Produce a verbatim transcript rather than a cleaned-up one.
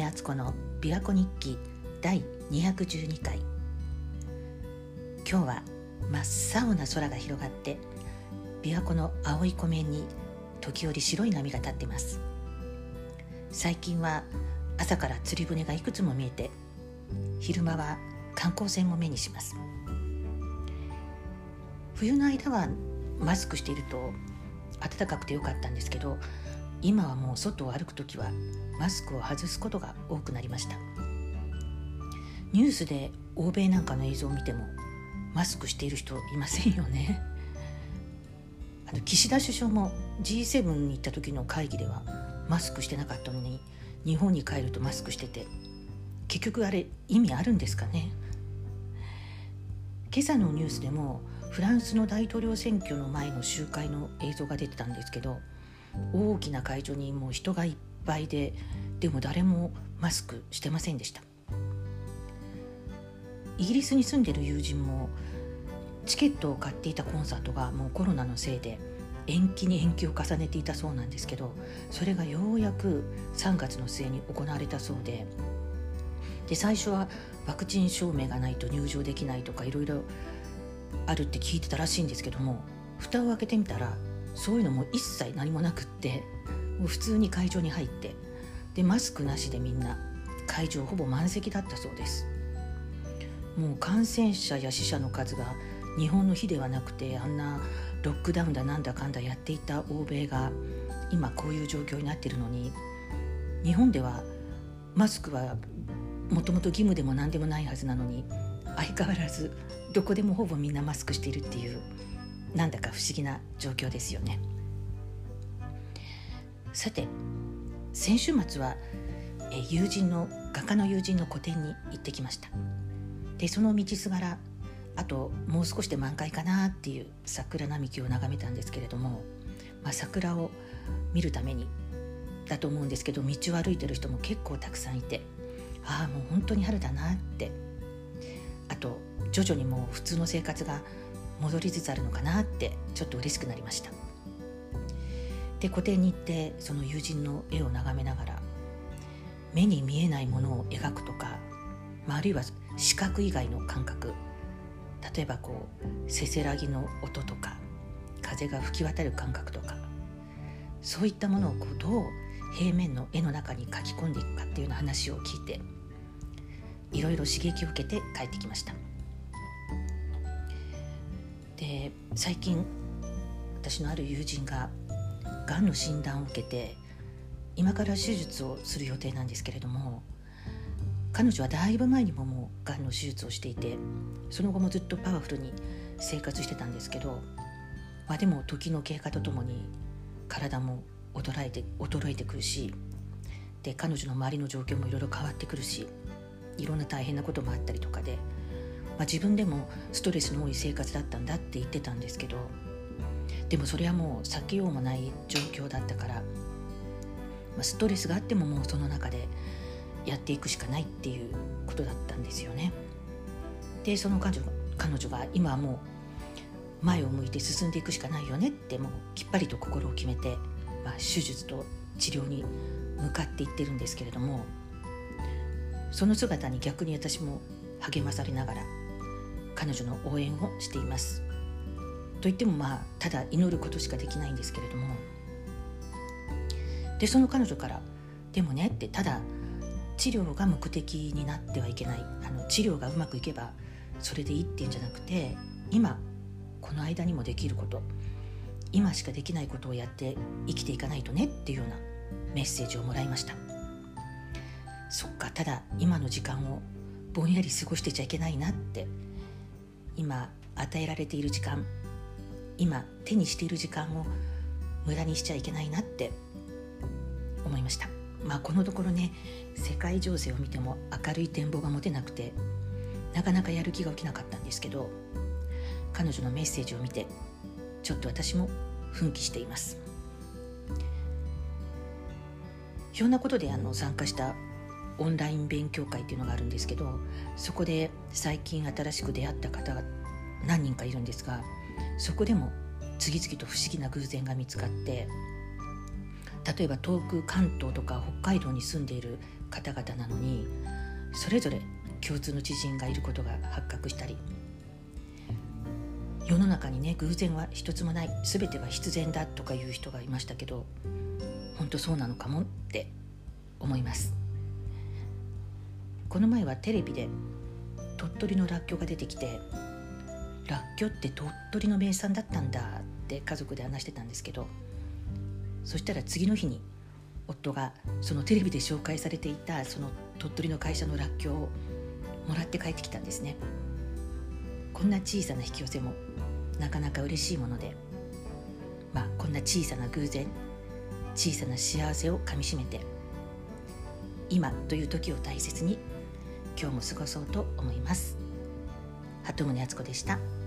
敦子の琵琶湖日記だいにひゃくじゅうにかい。今日は真っ青な空が広がって、琵琶湖の青い湖面に時折白い波が立っています。最近は朝から釣り船がいくつも見えて、昼間は観光船も目にします。冬の間はマスクしていると暖かくてよかったんですけど、今はもう外を歩くときはマスクを外すことが多くなりました。ニュースで欧米なんかの映像を見てもマスクしている人いませんよね。あの岸田首相も ジーセブン に行った時の会議ではマスクしてなかったのに、日本に帰るとマスクしてて、結局あれ意味あるんですかね。今朝のニュースでもフランスの大統領選挙の前の集会の映像が出てたんですけど、大きな会場にもう人がいっぱいで、でも誰もマスクしてませんでした。イギリスに住んでる友人もチケットを買っていたコンサートがもうコロナのせいで延期に延期を重ねていたそうなんですけど、それがようやくさんがつの末に行われたそうで、で最初はワクチン証明がないと入場できないとかいろいろあるって聞いてたらしいんですけども、蓋を開けてみたらそういうのも一切何もなくって、もう普通に会場に入って、でマスクなしでみんな会場ほぼ満席だったそうです。もう感染者や死者の数が日本の比ではなくて、あんなロックダウンだなんだかんだやっていた欧米が今こういう状況になっているのに、日本ではマスクはもともと義務でも何でもないはずなのに、相変わらずどこでもほぼみんなマスクしているっていう、なんだか不思議な状況ですよね。さて、先週末はえ友人の画家の友人の個展に行ってきました。でその道すがら、あともう少しで満開かなっていう桜並木を眺めたんですけれども、まあ、桜を見るためにだと思うんですけど、道を歩いてる人も結構たくさんいて、ああもう本当に春だなって、あと徐々にもう普通の生活が戻りつつあるのかなってちょっと嬉しくなりました。で個展に行ってその友人の絵を眺めながら、目に見えないものを描くとか、まあ、あるいは視覚以外の感覚、例えばこうせせらぎの音とか風が吹き渡る感覚とか、そういったものをこうどう平面の絵の中に書き込んでいくかっていうような話を聞いて、いろいろ刺激を受けて帰ってきました。で最近私のある友人ががんの診断を受けて、今から手術をする予定なんですけれども、彼女はだいぶ前にももうがんの手術をしていて、その後もずっとパワフルに生活してたんですけど、まあ、でも時の経過とともに体も衰えて衰えてくるし、で彼女の周りの状況もいろいろ変わってくるし、いろんな大変なこともあったりとかで、まあ、自分でもストレスの多い生活だったんだって言ってたんですけど、でもそれはもう避けようもない状況だったから、まあ、ストレスがあってももうその中でやっていくしかないっていうことだったんですよね。でその彼女彼女が今はもう前を向いて進んでいくしかないよねって、もうきっぱりと心を決めて、まあ、手術と治療に向かっていってるんですけれども、その姿に逆に私も励まされながら彼女の応援をしています。といってもまあただ祈ることしかできないんですけれども、でその彼女からでもねって、ただ治療が目的になってはいけない、あの治療がうまくいけばそれでいいっていうんじゃなくて、今この間にもできること、今しかできないことをやって生きていかないとねっていうようなメッセージをもらいました。そっか、ただ今の時間をぼんやり過ごしてちゃいけないなって、今与えられている時間、今手にしている時間を無駄にしちゃいけないなって思いました。まあこのところね、世界情勢を見ても明るい展望が持てなくて、なかなかやる気が起きなかったんですけど、彼女のメッセージを見てちょっと私も奮起しています。ひょんなことであの参加したオンライン勉強会っていうのがあるんですけど、そこで最近新しく出会った方が何人かいるんですが、そこでも次々と不思議な偶然が見つかって、 例えば遠く関東とか北海道に住んでいる方々なのに、それぞれ共通の知人がいることが発覚したり、世の中にね、偶然は一つもない、全ては必然だとかいう人がいましたけど、本当そうなのかもって思います。この前はテレビで鳥取のらっきょうが出てきて、らっきょうって鳥取の名産だったんだって家族で話してたんですけど、そしたら次の日に夫がそのテレビで紹介されていたその鳥取の会社のらっきょうをもらって帰ってきたんですね。こんな小さな引き寄せもなかなか嬉しいもので、まあこんな小さな偶然、小さな幸せをかみしめて、今という時を大切に今日も過ごそうと思います。鳩宗敦子でした。